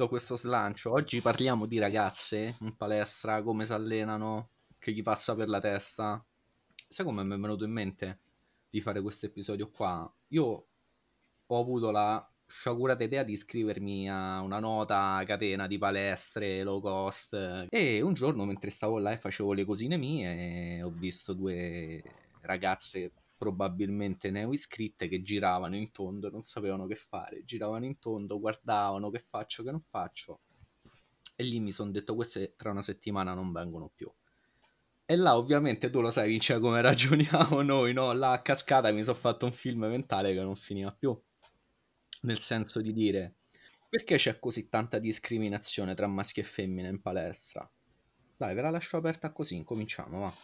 do questo slancio. Oggi parliamo di ragazze in palestra, come si allenano, che gli passa per la testa. Sai come mi è venuto in mente di fare questo episodio qua? Io ho avuto la sciagurata idea di iscrivermi a una nota catena di palestre low cost e un giorno mentre stavo là e facevo le cosine mie ho visto due ragazze probabilmente neoiscritte che giravano in tondo e non sapevano che fare, giravano in tondo, guardavano che faccio, che non faccio e lì mi sono detto queste tra una settimana non vengono più. E là ovviamente tu lo sai Vince come ragioniamo noi, no? Là a cascata mi sono fatto un film mentale che non finiva più. Nel senso di dire, perché c'è così tanta discriminazione tra maschi e femmine in palestra? Dai, ve la lascio aperta così, incominciamo, va.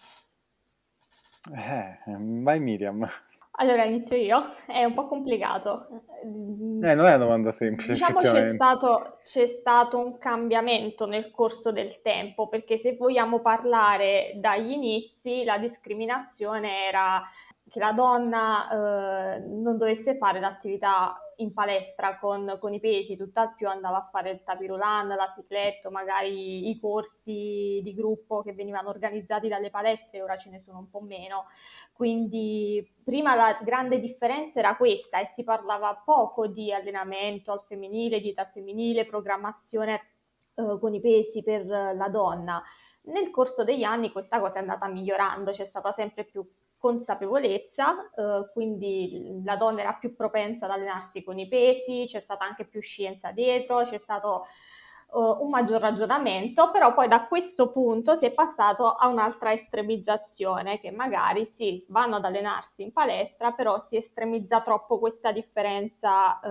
Vai Miriam. Allora inizio io, è un po' complicato. Non è una domanda semplice, Diciamo effettivamente. c'è stato un cambiamento nel corso del tempo, perché se vogliamo parlare dagli inizi, la discriminazione era che la donna non dovesse fare l'attività in palestra con i pesi, tutt'al più andava a fare il tapirulan, la cicletto, magari i corsi di gruppo che venivano organizzati dalle palestre, ora ce ne sono un po' meno. Quindi prima la grande differenza era questa e si parlava poco di allenamento al femminile, dieta al femminile, programmazione con i pesi per la donna. Nel corso degli anni questa cosa è andata migliorando, c'è stata sempre più consapevolezza, quindi la donna era più propensa ad allenarsi con i pesi, c'è stata anche più scienza dietro, c'è stato un maggior ragionamento, però poi da questo punto si è passato a un'altra estremizzazione, che magari sì, vanno ad allenarsi in palestra, però si estremizza troppo questa differenza,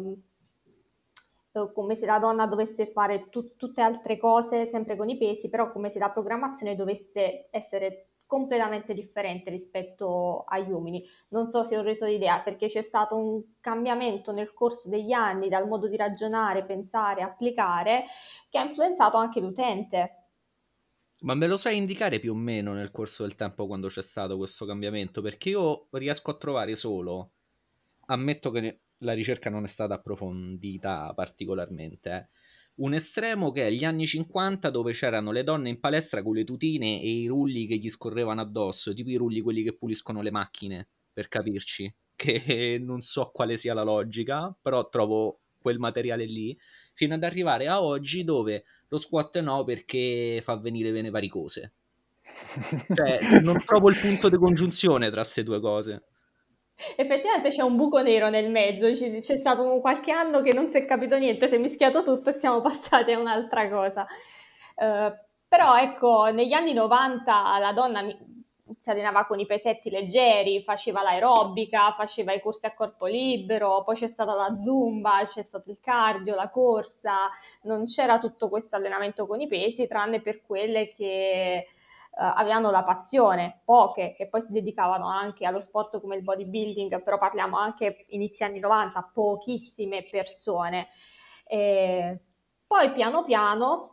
come se la donna dovesse fare tutte altre cose sempre con i pesi, però come se la programmazione dovesse essere completamente differente rispetto agli uomini. Non so se ho reso l'idea, perché c'è stato un cambiamento nel corso degli anni dal modo di ragionare, pensare, applicare, che ha influenzato anche l'utente. Ma me lo sai indicare più o meno nel corso del tempo quando c'è stato questo cambiamento? Perché io riesco a trovare solo, ammetto che la ricerca non è stata approfondita particolarmente, un estremo che è gli anni 50 dove c'erano le donne in palestra con le tutine e i rulli che gli scorrevano addosso, tipo i rulli quelli che puliscono le macchine, per capirci, che non so quale sia la logica, però trovo quel materiale lì, fino ad arrivare a oggi dove lo squat no perché fa venire vene varicose. Cioè, non trovo il punto di congiunzione tra queste due cose. Effettivamente c'è un buco nero nel mezzo, c'è stato qualche anno che non si è capito niente, si è mischiato tutto e siamo passati a un'altra cosa. Però ecco, negli anni 90 la donna si allenava con i pesetti leggeri, faceva l'aerobica, faceva i corsi a corpo libero, poi c'è stata la zumba, c'è stato il cardio, la corsa, non c'era tutto questo allenamento con i pesi, tranne per quelle che avevano la passione, poche, che poi si dedicavano anche allo sport come il bodybuilding, però parliamo anche inizi anni 90, pochissime persone. E poi piano piano,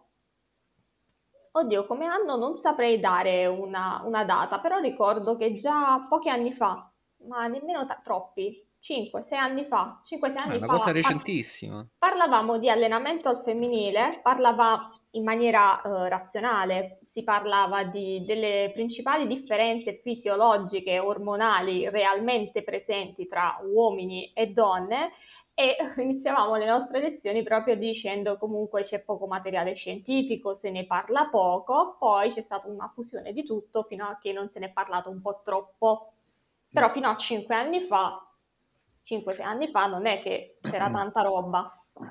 oddio, come anno non saprei dare una data, però ricordo che già pochi anni fa, ma nemmeno troppi, 5-6 anni fa, 5-6 È anni una cosa fa, recentissima. parlavamo di allenamento al femminile, parlava in maniera razionale, si parlava delle principali differenze fisiologiche, ormonali realmente presenti tra uomini e donne e iniziavamo le nostre lezioni proprio dicendo comunque c'è poco materiale scientifico, se ne parla poco, poi c'è stata una fusione di tutto fino a che non se ne è parlato un po' troppo. Però fino a 5 anni fa, 5-6 anni fa, non è che c'era tanta roba.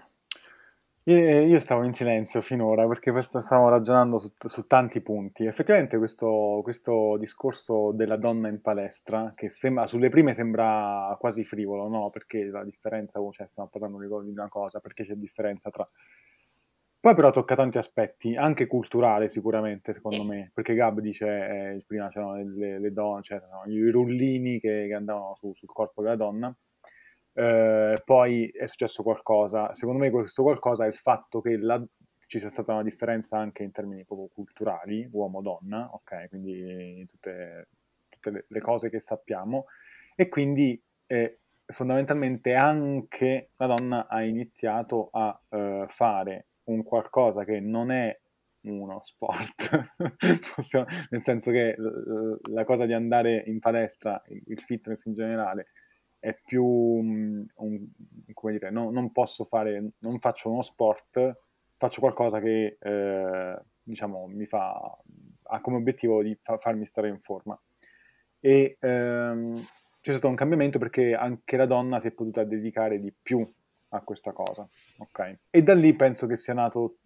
Io stavo in silenzio finora perché stavamo ragionando su tanti punti. Effettivamente questo discorso della donna in palestra, che sembra, sulle prime sembra quasi frivolo, no? Perché la differenza, cioè stiamo parlando di una cosa, perché c'è differenza tra... Poi però tocca tanti aspetti, anche culturale sicuramente, secondo Sì. me, perché Gab dice, prima c'erano le donne, c'erano i rullini che andavano sul corpo della donna, poi è successo qualcosa, secondo me questo qualcosa è il fatto che ci sia stata una differenza anche in termini proprio culturali, uomo-donna, ok, quindi tutte le cose che sappiamo, e quindi fondamentalmente anche la donna ha iniziato a fare un qualcosa che non è uno sport, nel senso che la cosa di andare in palestra, il fitness in generale, è più come dire, non posso fare, non faccio uno sport, faccio qualcosa che diciamo ha come obiettivo di farmi stare in forma. E c'è stato un cambiamento perché anche la donna si è potuta dedicare di più a questa cosa, ok? E da lì penso che sia nato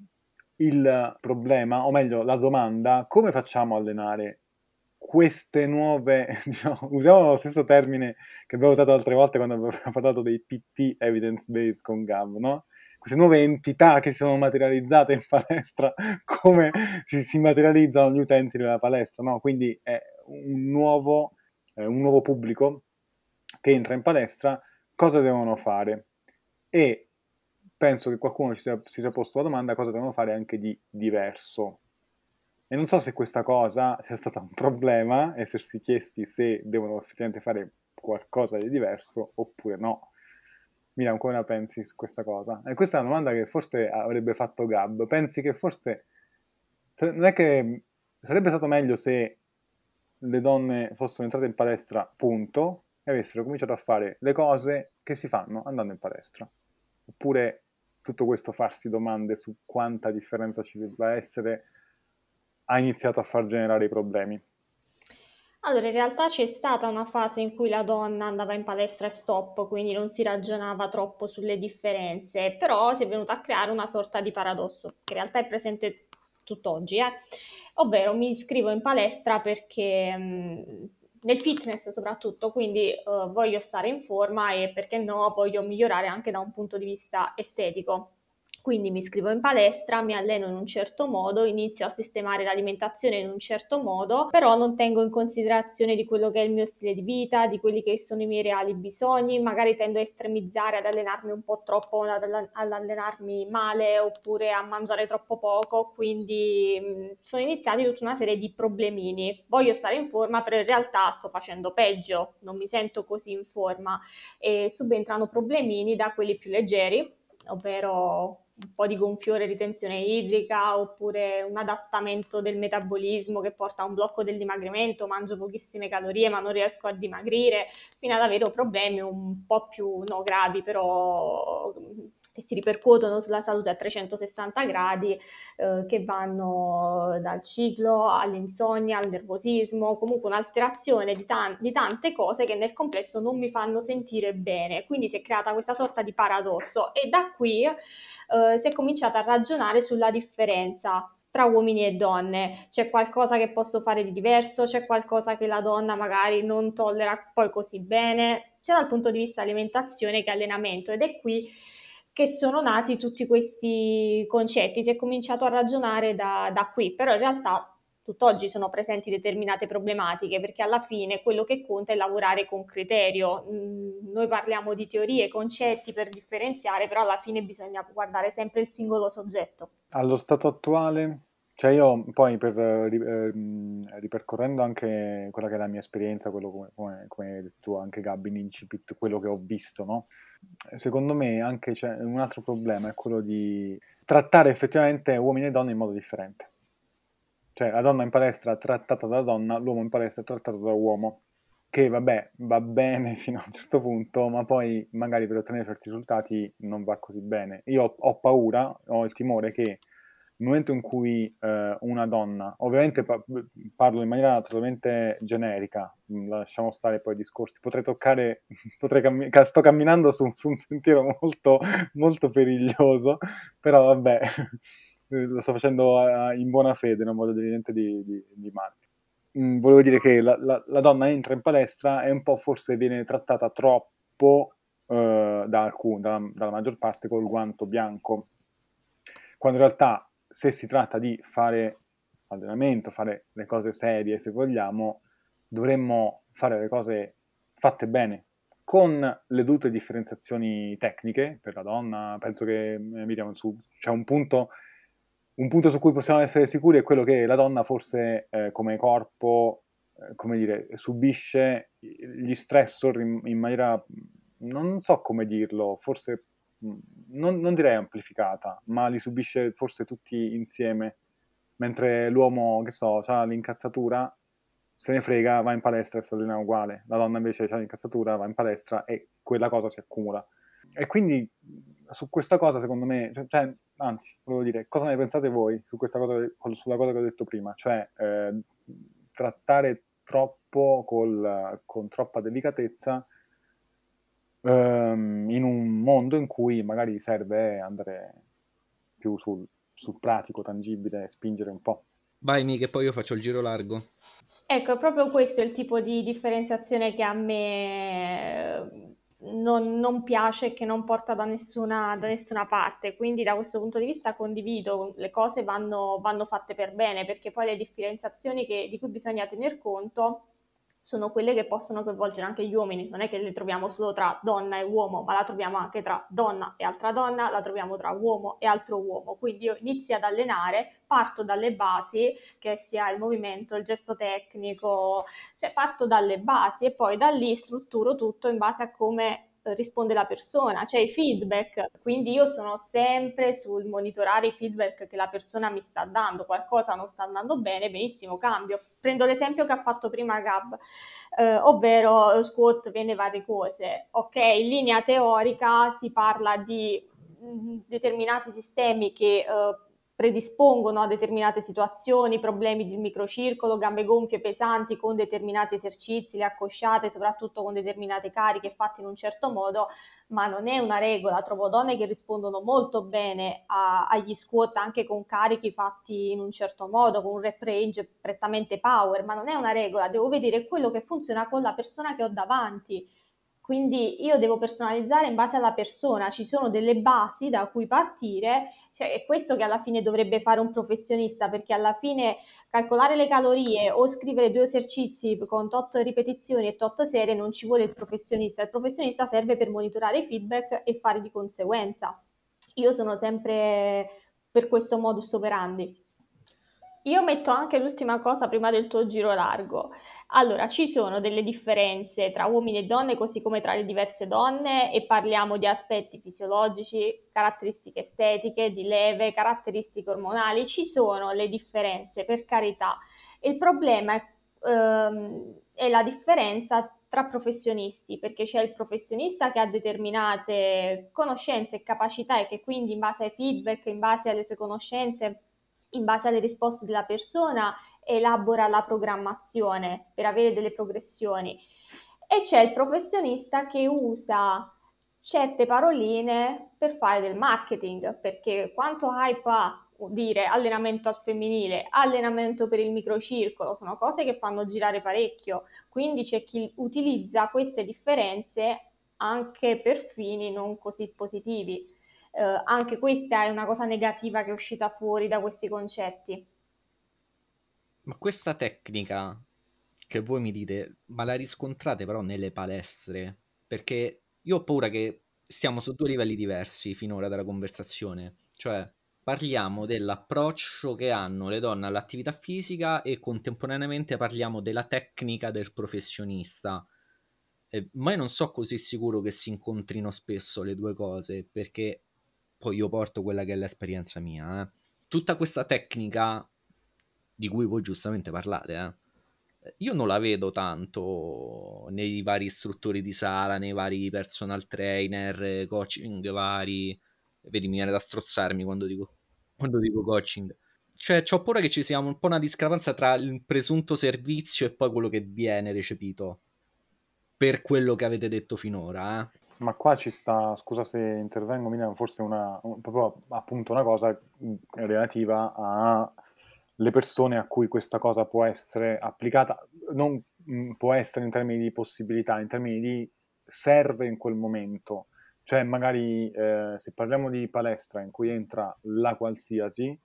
il problema, o meglio la domanda: come facciamo a allenare queste nuove, diciamo, usiamo lo stesso termine che abbiamo usato altre volte quando abbiamo parlato dei PT evidence-based con Gav, no? Queste nuove entità che si sono materializzate in palestra, come si materializzano gli utenti della palestra, no? Quindi è un nuovo pubblico che entra in palestra, cosa devono fare? E penso che qualcuno si sia posto la domanda cosa devono fare anche di diverso. E non so se questa cosa sia stata un problema, essersi chiesti se devono effettivamente fare qualcosa di diverso oppure no. Miriam, come la pensi su questa cosa? E questa è una domanda che forse avrebbe fatto Gab. Pensi che forse non è che sarebbe stato meglio se le donne fossero entrate in palestra, punto, e avessero cominciato a fare le cose che si fanno andando in palestra? Oppure tutto questo farsi domande su quanta differenza ci debba essere ha iniziato a far generare i problemi? Allora, in realtà c'è stata una fase in cui la donna andava in palestra e stop, quindi non si ragionava troppo sulle differenze, però si è venuta a creare una sorta di paradosso, che in realtà è presente tutt'oggi, ovvero mi iscrivo in palestra perché nel fitness soprattutto, quindi voglio stare in forma e perché no, voglio migliorare anche da un punto di vista estetico. Quindi mi iscrivo in palestra, mi alleno in un certo modo, inizio a sistemare l'alimentazione in un certo modo, però non tengo in considerazione di quello che è il mio stile di vita, di quelli che sono i miei reali bisogni, magari tendo a estremizzare, ad allenarmi un po' troppo, ad allenarmi male oppure a mangiare troppo poco, quindi sono iniziati tutta una serie di problemini. Voglio stare in forma, però in realtà sto facendo peggio, non mi sento così in forma e subentrano problemini da quelli più leggeri, ovvero un po' di gonfiore, ritenzione idrica, oppure un adattamento del metabolismo che porta a un blocco del dimagrimento, mangio pochissime calorie ma non riesco a dimagrire, fino ad avere problemi un po' più no gravi, però che si ripercuotono sulla salute a 360 gradi, che vanno dal ciclo all'insonnia, al nervosismo, comunque un'alterazione di tante cose che nel complesso non mi fanno sentire bene. Quindi si è creata questa sorta di paradosso e da qui si è cominciato a ragionare sulla differenza tra uomini e donne. C'è qualcosa che posso fare di diverso, c'è qualcosa che la donna magari non tollera poi così bene, sia dal punto di vista alimentazione che allenamento, ed è qui che sono nati tutti questi concetti, si è cominciato a ragionare da qui, però in realtà tutt'oggi sono presenti determinate problematiche perché alla fine quello che conta è lavorare con criterio. Noi parliamo di teorie, concetti per differenziare, però alla fine bisogna guardare sempre il singolo soggetto. Allo stato attuale, cioè io poi ripercorrendo anche quella che è la mia esperienza, quello come hai detto tu anche Gabby in incipit, quello che ho visto, no? Secondo me anche c'è un altro problema, è quello di trattare effettivamente uomini e donne in modo differente. Cioè la donna in palestra è trattata da donna, l'uomo in palestra è trattato da uomo, che vabbè va bene fino a un certo punto, ma poi magari per ottenere certi risultati non va così bene. Io ho paura, ho il timore che nel momento in cui una donna, ovviamente parlo in maniera totalmente generica, lasciamo stare poi i discorsi, potrei toccare, sto camminando su un sentiero molto, molto periglioso, però vabbè, lo sto facendo in buona fede, non voglio dire niente di male. Volevo dire che la donna entra in palestra e un po' forse viene trattata troppo dalla maggior parte col guanto bianco, quando in realtà se si tratta di fare allenamento, fare le cose serie, se vogliamo, dovremmo fare le cose fatte bene, con le dovute differenziazioni tecniche per la donna. Penso che Miriam, c'è un punto su cui possiamo essere sicuri, è quello che la donna forse come corpo, come dire, subisce gli stressor in maniera, non so come dirlo, forse non direi amplificata, ma li subisce forse tutti insieme, mentre l'uomo, che so, ha l'incazzatura, se ne frega, va in palestra e si allena uguale. La donna invece ha l'incazzatura, va in palestra e quella cosa si accumula. E quindi su questa cosa, secondo me, anzi, volevo dire, cosa ne pensate voi su questa cosa, sulla cosa che ho detto prima? Cioè, trattare troppo con troppa delicatezza in un mondo in cui magari serve andare più sul pratico, tangibile, spingere un po'. Vai, Mi, che poi io faccio il giro largo. Ecco, proprio questo è il tipo di differenziazione che a me non piace e che non porta da nessuna parte. Quindi da questo punto di vista condivido, le cose vanno fatte per bene, perché poi le differenziazioni di cui bisogna tener conto sono quelle che possono coinvolgere anche gli uomini. Non è che le troviamo solo tra donna e uomo, ma la troviamo anche tra donna e altra donna, la troviamo tra uomo e altro uomo. Quindi io inizio ad allenare, parto dalle basi, che sia il movimento, il gesto tecnico, cioè parto dalle basi e poi da lì strutturo tutto in base a come risponde la persona, cioè i feedback. Quindi io sono sempre sul monitorare i feedback che la persona mi sta dando, qualcosa non sta andando bene, benissimo, cambio. Prendo l'esempio che ha fatto prima Gab, ovvero squat, vene varie cose. Ok, in linea teorica si parla di determinati sistemi che predispongono a determinate situazioni, problemi di microcircolo, gambe gonfie pesanti con determinati esercizi, le accosciate, soprattutto con determinate cariche fatte in un certo modo, ma non è una regola. Trovo donne che rispondono molto bene agli squat anche con carichi fatti in un certo modo, con un rep range prettamente power, ma non è una regola. Devo vedere quello che funziona con la persona che ho davanti. Quindi io devo personalizzare in base alla persona, ci sono delle basi da cui partire, cioè è questo che alla fine dovrebbe fare un professionista, perché alla fine calcolare le calorie o scrivere 2 esercizi con tot ripetizioni e tot serie non ci vuole il professionista serve per monitorare i feedback e fare di conseguenza. Io sono sempre per questo modus operandi. Io metto anche l'ultima cosa prima del tuo giro largo. Allora, ci sono delle differenze tra uomini e donne, così come tra le diverse donne, e parliamo di aspetti fisiologici, caratteristiche estetiche, di leve, caratteristiche ormonali. Ci sono le differenze, per carità. Il problema è la differenza tra professionisti, perché c'è il professionista che ha determinate conoscenze e capacità e che quindi in base ai feedback, in base alle sue conoscenze, in base alle risposte della persona, elabora la programmazione per avere delle progressioni. E c'è il professionista che usa certe paroline per fare del marketing, perché quanto hype ha dire allenamento al femminile, allenamento per il microcircolo, sono cose che fanno girare parecchio, quindi c'è chi utilizza queste differenze anche per fini non così positivi. Anche questa è una cosa negativa che è uscita fuori da questi concetti. Ma questa tecnica che voi mi dite, ma la riscontrate però nelle palestre? Perché io ho paura che stiamo su 2 livelli diversi finora della conversazione. Cioè, parliamo dell'approccio che hanno le donne all'attività fisica e contemporaneamente parliamo della tecnica del professionista. Ma io non so così sicuro che si incontrino spesso le due cose, perché poi io porto quella che è l'esperienza mia, Tutta questa tecnica di cui voi giustamente parlate, io non la vedo tanto nei vari istruttori di sala, nei vari personal trainer, coaching vari. Vedi, mi viene da strozzarmi quando dico coaching. Cioè, c'ho paura che ci sia un po' una discrepanza tra il presunto servizio e poi quello che viene recepito, per quello che avete detto finora, Ma qua ci sta, scusa se intervengo, Milano, forse proprio appunto una cosa relativa alle persone a cui questa cosa può essere applicata, non può essere in termini di possibilità, in termini di serve in quel momento. Cioè magari se parliamo di palestra in cui entra la qualsiasi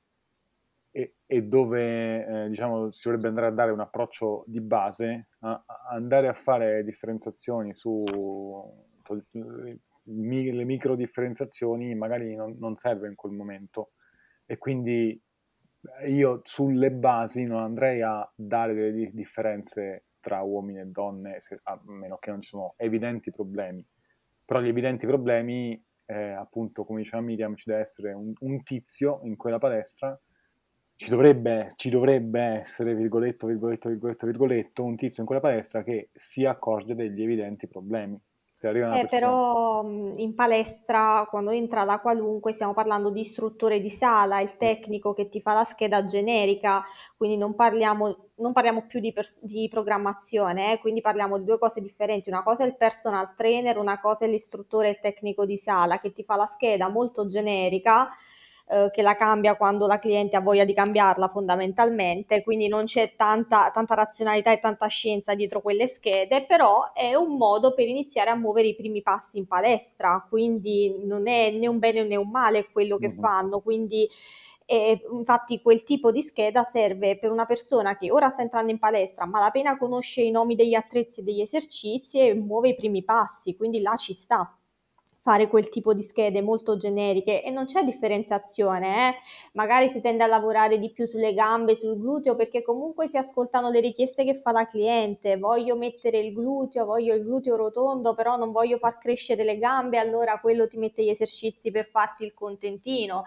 e dove diciamo si dovrebbe andare a dare un approccio di base, andare a fare differenziazioni le micro differenziazioni magari non serve in quel momento e quindi io sulle basi non andrei a dare delle differenze tra uomini e donne a meno che non ci sono evidenti problemi, però gli evidenti problemi appunto, come diceva Miriam, ci deve essere un tizio in quella palestra, ci dovrebbe essere, virgoletto, virgoletto, virgoletto, virgoletto, un tizio in quella palestra che si accorge degli evidenti problemi. Se arriva una persona... Però in palestra, quando entra da qualunque, stiamo parlando di istruttore di sala, il tecnico che ti fa la scheda generica, quindi non parliamo più di programmazione, quindi parliamo di due cose differenti. Una cosa è il personal trainer, una cosa è l'istruttore, il tecnico di sala, che ti fa la scheda molto generica, che la cambia quando la cliente ha voglia di cambiarla fondamentalmente, quindi non c'è tanta razionalità e tanta scienza dietro quelle schede, però è un modo per iniziare a muovere i primi passi in palestra, quindi non è né un bene né un male quello che Mhm. fanno, quindi infatti quel tipo di scheda serve per una persona che ora sta entrando in palestra, ma appena conosce i nomi degli attrezzi e degli esercizi e muove i primi passi, quindi là ci sta fare quel tipo di schede molto generiche e non c'è differenziazione, magari si tende a lavorare di più sulle gambe, sul gluteo perché comunque si ascoltano le richieste che fa la cliente, voglio mettere il gluteo, voglio il gluteo rotondo, però non voglio far crescere le gambe, allora quello ti mette gli esercizi per farti il contentino,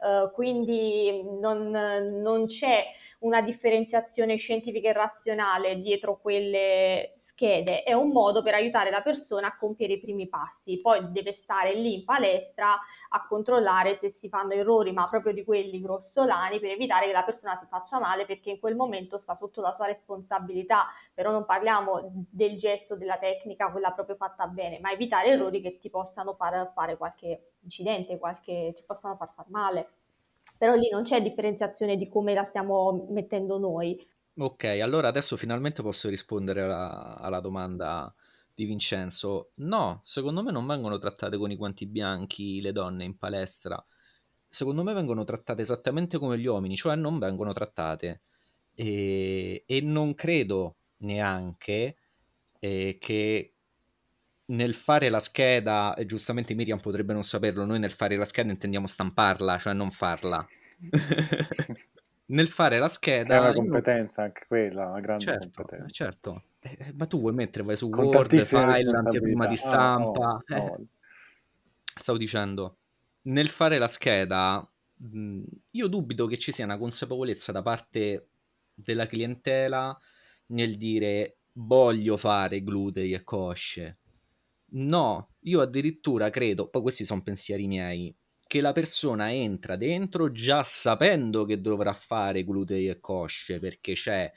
quindi non c'è una differenziazione scientifica e razionale dietro quelle schede, è un modo per aiutare la persona a compiere i primi passi, poi deve stare lì in palestra a controllare se si fanno errori, ma proprio di quelli grossolani, per evitare che la persona si faccia male, perché in quel momento sta sotto la sua responsabilità, però non parliamo del gesto, della tecnica, quella proprio fatta bene, ma evitare errori che ti possano far fare qualche incidente, ti possano far male. Però lì non c'è differenziazione di come la stiamo mettendo noi. Ok, allora adesso finalmente posso rispondere alla domanda di Vincenzo. No, secondo me non vengono trattate con i guanti bianchi le donne in palestra. Secondo me vengono trattate esattamente come gli uomini, cioè non vengono trattate. E non credo neanche che nel fare la scheda, e giustamente Miriam potrebbe non saperlo, noi nel fare la scheda intendiamo stamparla, cioè non farla. Nel fare la Che è scheda, una io non... competenza anche quella, una grande Certo, competenza. certo. Ma tu vuoi mettere, vai su Con Word, tantissime file, anteprima responsabilità. di Ah, oh, stampa. oh. Stavo dicendo, nel fare la scheda, io dubito che ci sia una consapevolezza da parte della clientela nel dire voglio fare glutei e cosce. No, io addirittura credo, poi questi sono pensieri miei, che la persona entra dentro già sapendo che dovrà fare glutei e cosce, perché c'è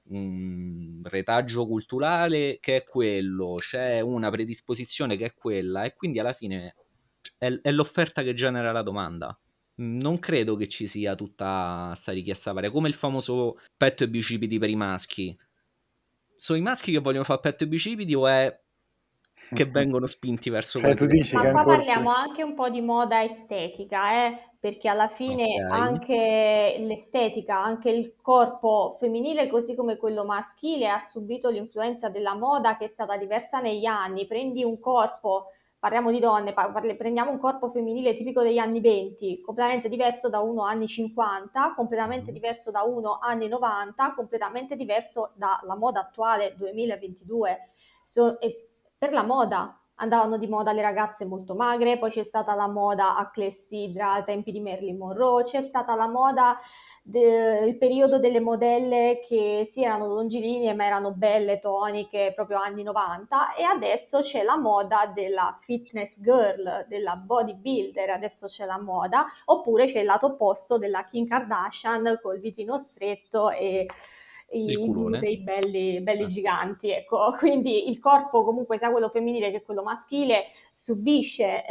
un retaggio culturale che è quello, c'è una predisposizione che è quella, e quindi alla fine è l'offerta che genera la domanda. Non credo che ci sia tutta sta richiesta varia, come il famoso petto e bicipiti per i maschi. Sono i maschi che vogliono fare petto e bicipiti o è che vengono spinti verso Cioè quella tu dici che Ma qua ancora... parliamo anche un po' di moda estetica, perché alla fine Ok. anche l'estetica, anche il corpo femminile, così come quello maschile, ha subito l'influenza della moda che è stata diversa negli anni. Prendi un corpo, parliamo di donne, prendiamo un corpo femminile tipico degli anni 20, completamente diverso da uno anni 50, completamente Mhm. diverso da uno anni 90, completamente diverso dalla moda attuale 2022. E per la moda. Andavano di moda le ragazze molto magre, poi c'è stata la moda a clessidra ai tempi di Marilyn Monroe, c'è stata la moda il periodo delle modelle che sì erano longilinee ma erano belle, toniche, proprio anni 90 e adesso c'è la moda della fitness girl, della bodybuilder, adesso c'è la moda, oppure c'è il lato opposto della Kim Kardashian col vitino stretto e Il i culone. glutei belli giganti, ecco. Quindi il corpo, comunque, sia quello femminile che quello maschile, subisce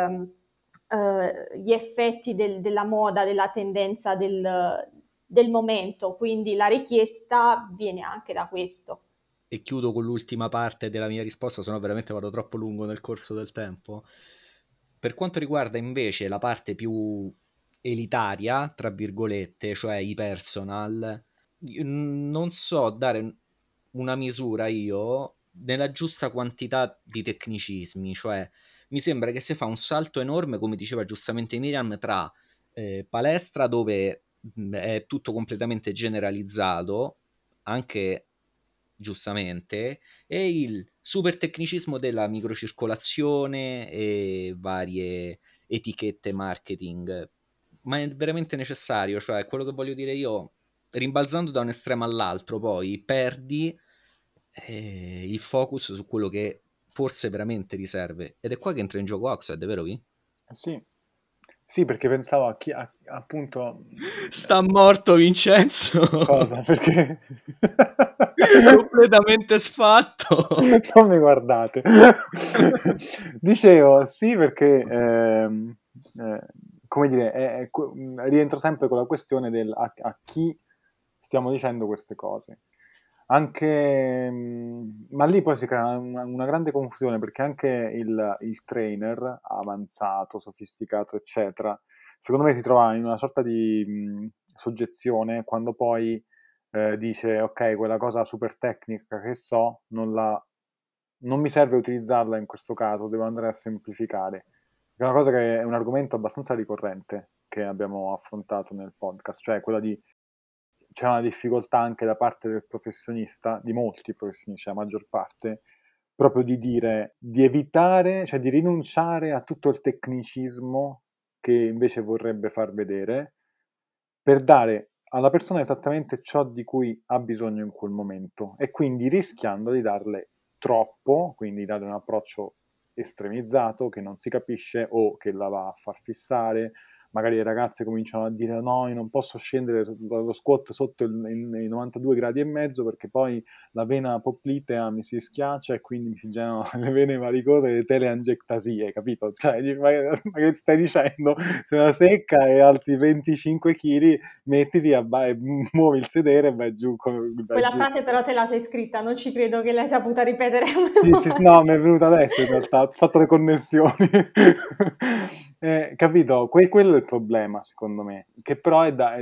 gli effetti della moda, della tendenza del momento, quindi la richiesta viene anche da questo. E chiudo con l'ultima parte della mia risposta, se no veramente vado troppo lungo nel corso del tempo. Per quanto riguarda invece la parte più elitaria, tra virgolette, cioè i personal, io non so dare una misura io nella giusta quantità di tecnicismi, cioè mi sembra che si fa un salto enorme, come diceva giustamente Miriam, tra palestra dove è tutto completamente generalizzato, anche giustamente, e il super tecnicismo della microcircolazione e varie etichette marketing, ma è veramente necessario, cioè quello che voglio dire io, rimbalzando da un estremo all'altro, poi perdi il focus su quello che forse veramente ti serve. Ed è qua che entra in gioco Oxford, vero Vi? Sì, sì, perché pensavo a chi, appunto, Sta morto Vincenzo. cosa? Perché Completamente sfatto. non mi guardate. Dicevo, sì, perché, come dire, rientro sempre con la questione del a chi stiamo dicendo queste cose. Anche, ma lì poi si crea una grande confusione perché anche il trainer avanzato, sofisticato, eccetera, secondo me si trova in una sorta di soggezione quando poi dice ok, quella cosa super tecnica che so, non mi serve utilizzarla in questo caso, devo andare a semplificare. È una cosa che è un argomento abbastanza ricorrente che abbiamo affrontato nel podcast, cioè quella di c'è una difficoltà anche da parte del professionista, di molti professionisti, la maggior parte, proprio di dire, di evitare, cioè di rinunciare a tutto il tecnicismo che invece vorrebbe far vedere, per dare alla persona esattamente ciò di cui ha bisogno in quel momento e quindi rischiando di darle troppo, quindi dare un approccio estremizzato che non si capisce o che la va a far fissare. Magari le ragazze cominciano a dire no, io non posso scendere dallo squat sotto i 92 gradi e mezzo perché poi la vena poplitea mi si schiaccia e quindi mi si generano le vene varicose e le teleangiectasie, capito? Cioè, ma che stai dicendo? Sei una secca e alzi 25 kg, mettiti e muovi il sedere e vai giù. Vai Quella giù. frase però te la sei scritta, non ci credo che l'hai saputa ripetere. Sì, sì, no, mi è venuta adesso in realtà, ho fatto le connessioni. Capito? Quello è il problema, secondo me, che però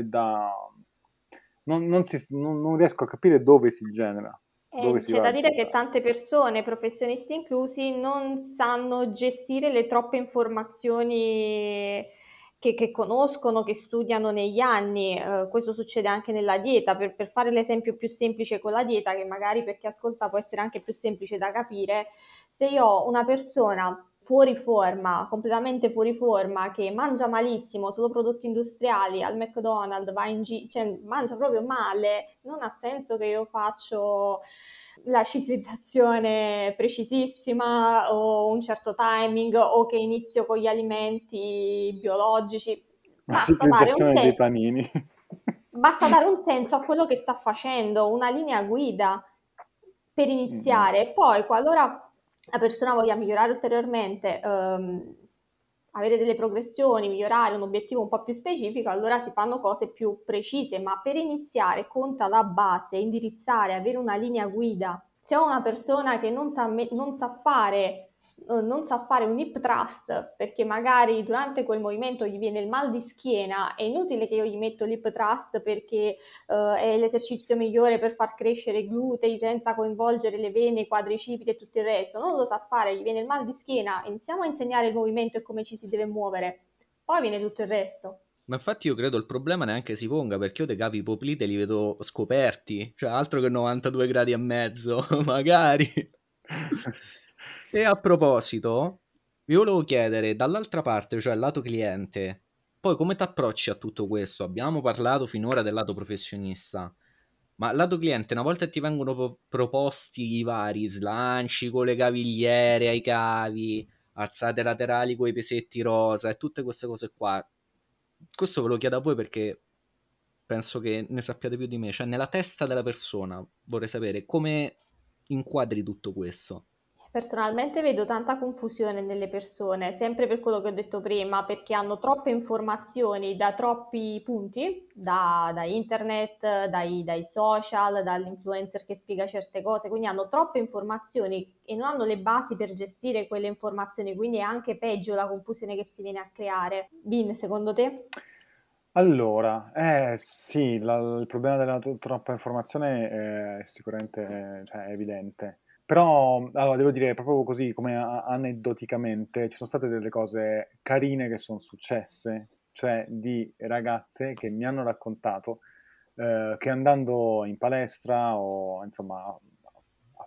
non riesco a capire dove si genera, dove si C'è va da a dire che generare. tante persone, professionisti inclusi, non sanno gestire le troppe informazioni che conoscono, che studiano negli anni. Questo succede anche nella dieta. Per fare l'esempio più semplice con la dieta, che magari per chi ascolta può essere anche più semplice da capire, se io ho una persona fuori forma, completamente fuori forma, che mangia malissimo, solo prodotti industriali, al McDonald's, cioè mangia proprio male, non ha senso che io faccio la ciclizzazione precisissima o un certo timing o che inizio con gli alimenti biologici. La Basta dare un ciclizzazione dei senso. panini. Basta dare un senso a quello che sta facendo, una linea guida per Mm, iniziare. Poi, qualora la persona voglia migliorare ulteriormente, avere delle progressioni, migliorare un obiettivo un po' più specifico, allora si fanno cose più precise, ma per iniziare conta la base, indirizzare, avere una linea guida. Se ho una persona che non sa fare un hip thrust perché magari durante quel movimento gli viene il mal di schiena, è inutile che io gli metto l'hip thrust perché è l'esercizio migliore per far crescere i glutei senza coinvolgere le vene, i quadricipiti e tutto il resto. Non lo sa fare, gli viene il mal di schiena, iniziamo a insegnare il movimento e come ci si deve muovere, poi viene tutto il resto. Ma infatti io credo il problema neanche si ponga, perché io dei capi poplite li vedo scoperti, cioè altro che 92 gradi e mezzo, magari. E a proposito, vi volevo chiedere, dall'altra parte, cioè lato cliente, poi come ti approcci a tutto questo? Abbiamo parlato finora del lato professionista, ma lato cliente, una volta che ti vengono proposti i vari slanci con le cavigliere ai cavi, alzate laterali con i pesetti rosa e tutte queste cose qua, questo ve lo chiedo a voi perché penso che ne sappiate più di me, cioè nella testa della persona vorrei sapere come inquadri tutto questo. Personalmente vedo tanta confusione nelle persone, sempre per quello che ho detto prima, perché hanno troppe informazioni da troppi punti, da internet, dai social, dall'influencer che spiega certe cose, quindi hanno troppe informazioni e non hanno le basi per gestire quelle informazioni, quindi è anche peggio la confusione che si viene a creare. Bin, secondo te? Allora, sì, il problema della troppa informazione è sicuramente cioè, è evidente. Però, allora, devo dire, proprio così, come aneddoticamente, ci sono state delle cose carine che sono successe, cioè di ragazze che mi hanno raccontato che andando in palestra o insomma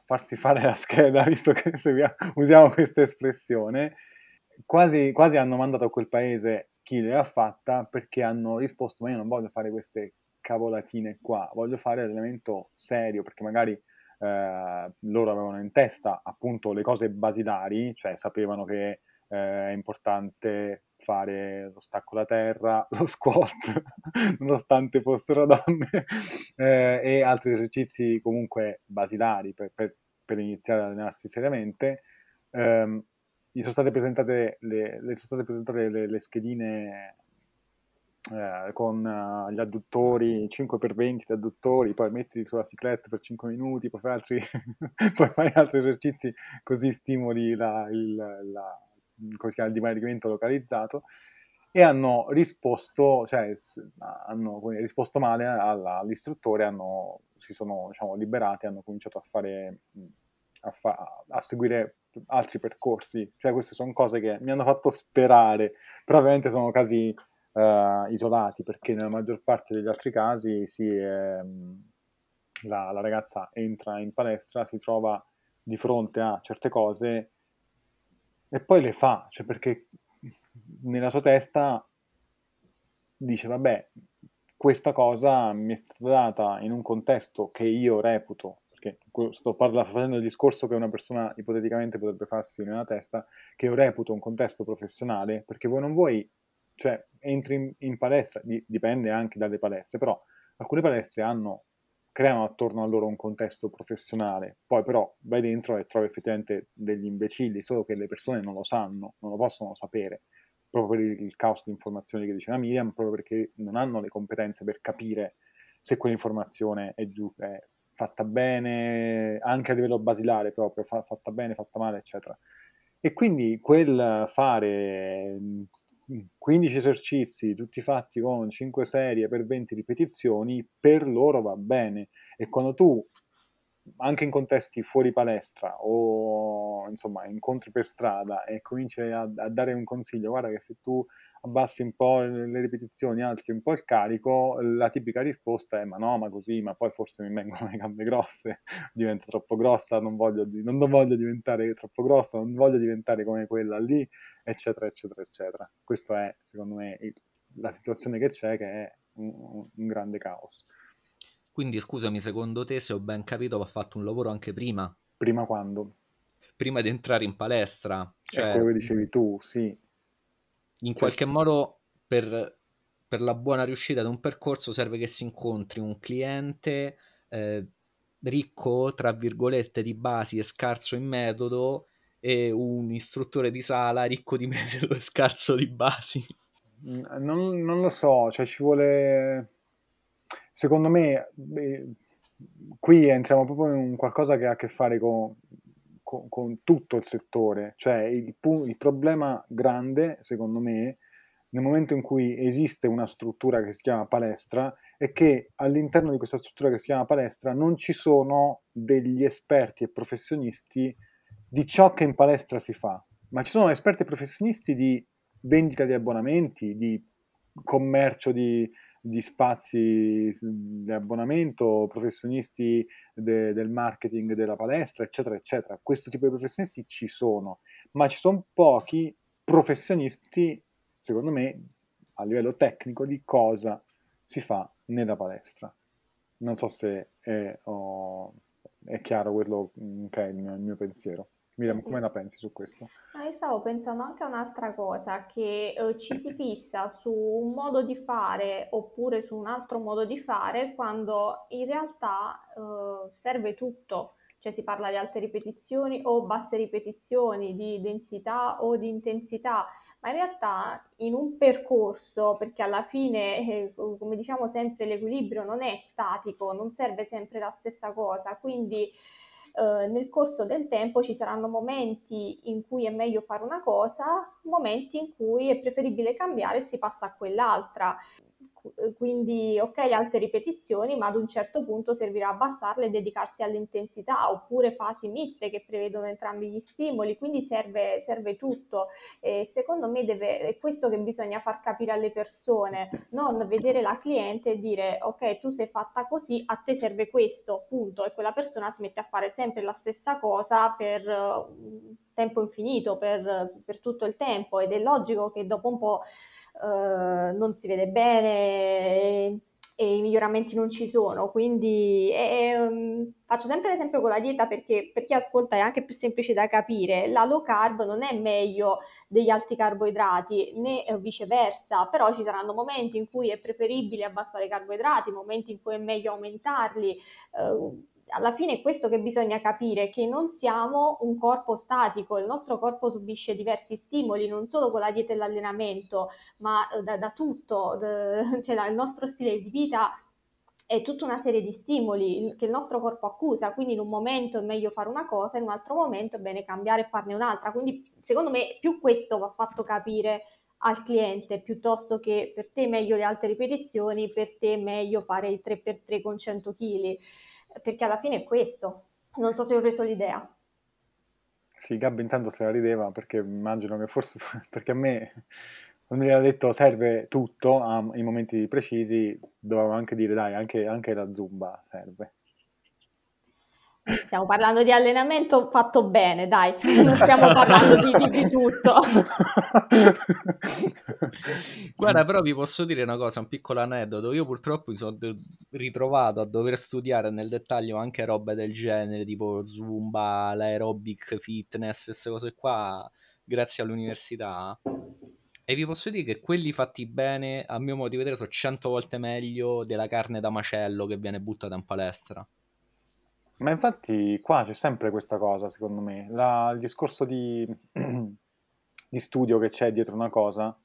farsi fare la scheda, visto che usiamo questa espressione, quasi hanno mandato a quel paese chi le ha fatta, perché hanno risposto: ma io non voglio fare queste cavolatine qua, voglio fare l'elemento serio, perché magari loro avevano in testa appunto le cose basilari, cioè sapevano che è importante fare lo stacco da terra, lo squat, nonostante fossero donne, e altri esercizi comunque basilari per iniziare ad allenarsi seriamente. Gli sono state presentate le schedine con gli adduttori, 5x20 di adduttori, poi mettili sulla ciclette per 5 minuti, poi poi fai altri esercizi, così stimoli come si chiama, il dimagrimento localizzato, e hanno risposto, cioè hanno risposto male all'istruttore, si sono, diciamo, liberati, hanno cominciato a fare, a seguire altri percorsi. Cioè queste sono cose che mi hanno fatto sperare, però ovviamente sono casi isolati, perché nella maggior parte degli altri casi la ragazza entra in palestra, si trova di fronte a certe cose e poi le fa, cioè perché nella sua testa dice: vabbè, questa cosa mi è stata data in un contesto che io reputo, perché facendo il discorso che una persona ipoteticamente potrebbe farsi nella testa, che io reputo un contesto professionale, perché voi non vuoi, cioè entri in palestra, dipende anche dalle palestre, però alcune palestre creano attorno a loro un contesto professionale, poi però vai dentro e trovi effettivamente degli imbecilli, solo che le persone non lo sanno, non lo possono sapere, proprio per il caos di informazioni che diceva Miriam, proprio perché non hanno le competenze per capire se quell'informazione è fatta bene, anche a livello basilare proprio, fatta bene, fatta male, eccetera. E quindi quel fare 15 esercizi, tutti fatti con 5 serie per 20 ripetizioni, per loro va bene. E quando tu, anche in contesti fuori palestra o insomma incontri per strada e cominci a dare un consiglio, guarda che se tu abbassi un po' le ripetizioni, alzi un po' il carico, la tipica risposta è: ma no, ma così, ma poi forse mi vengono le gambe grosse, divento troppo grossa, non voglio diventare troppo grossa, non voglio diventare come quella lì, eccetera, eccetera, eccetera. Questo è, secondo me, la situazione che c'è, che è un grande caos. Quindi scusami, secondo te, se ho ben capito, va fatto un lavoro anche prima Prima quando? di entrare in palestra, È cioè quello che dicevi tu, sì. in Cioè, qualche modo per la buona riuscita di un percorso serve che si incontri un cliente ricco, tra virgolette, di basi e scarso in metodo, e un istruttore di sala ricco di metodo e scarso di basi. non lo so, cioè ci vuole. Secondo me, qui entriamo proprio in un qualcosa che ha a che fare con tutto il settore. Cioè il problema grande, secondo me, nel momento in cui esiste una struttura che si chiama palestra, è che all'interno di questa struttura che si chiama palestra non ci sono degli esperti e professionisti di ciò che in palestra si fa, ma ci sono esperti e professionisti di vendita di abbonamenti, di commercio di spazi di abbonamento, professionisti del marketing della palestra, eccetera, eccetera. Questo tipo di professionisti ci sono, ma ci sono pochi professionisti, secondo me, a livello tecnico, di cosa si fa nella palestra. Non so se è chiaro quello che è il mio pensiero. Miriam, come la pensi su questo? No, io stavo pensando anche a un'altra cosa, che ci si fissa su un modo di fare oppure su un altro modo di fare quando in realtà serve tutto, cioè si parla di alte ripetizioni o basse ripetizioni, di densità o di intensità, ma in realtà in un percorso, perché alla fine, come diciamo sempre, l'equilibrio non è statico, non serve sempre la stessa cosa, quindi nel corso del tempo ci saranno momenti in cui è meglio fare una cosa, momenti in cui è preferibile cambiare e si passa a quell'altra. quindi ok alte ripetizioni, ma ad un certo punto servirà abbassarle e dedicarsi all'intensità, oppure fasi miste che prevedono entrambi gli stimoli, quindi serve tutto. E secondo me è questo che bisogna far capire alle persone, non vedere la cliente e dire ok, tu sei fatta così, a te serve questo, punto, e quella persona si mette a fare sempre la stessa cosa per tempo infinito, per tutto il tempo, ed è logico che dopo un po' non si vede bene e i miglioramenti non ci sono. Quindi faccio sempre l'esempio con la dieta perché per chi ascolta è anche più semplice da capire. La low carb non è meglio degli alti carboidrati né viceversa, però ci saranno momenti in cui è preferibile abbassare i carboidrati, momenti in cui è meglio aumentarli. Alla fine è questo che bisogna capire, che non siamo un corpo statico, il nostro corpo subisce diversi stimoli, non solo con la dieta e l'allenamento, ma da tutto, cioè il nostro stile di vita è tutta una serie di stimoli che il nostro corpo accusa, quindi in un momento è meglio fare una cosa, in un altro momento è bene cambiare e farne un'altra. Quindi secondo me più questo va fatto capire al cliente, piuttosto che per te è meglio le alte ripetizioni, per te è meglio fare il 3x3 con 100 kg, perché alla fine è questo. Non so se ho reso l'idea. Sì, Gabby intanto se la rideva perché immagino che forse, perché a me, quando mi aveva detto serve tutto in momenti precisi, dovevo anche dire dai, anche la Zumba serve. Stiamo parlando di allenamento fatto bene, dai, non stiamo parlando di tutto. Guarda, però vi posso dire una cosa, un piccolo aneddoto. Io purtroppo mi sono ritrovato a dover studiare nel dettaglio anche robe del genere, tipo Zumba, l'aerobic fitness, queste cose qua, grazie all'università. E vi posso dire che quelli fatti bene, a mio modo di vedere, sono 100 volte meglio della carne da macello che viene buttata in palestra. Ma infatti qua c'è sempre questa cosa, secondo me, il discorso di studio che c'è dietro una cosa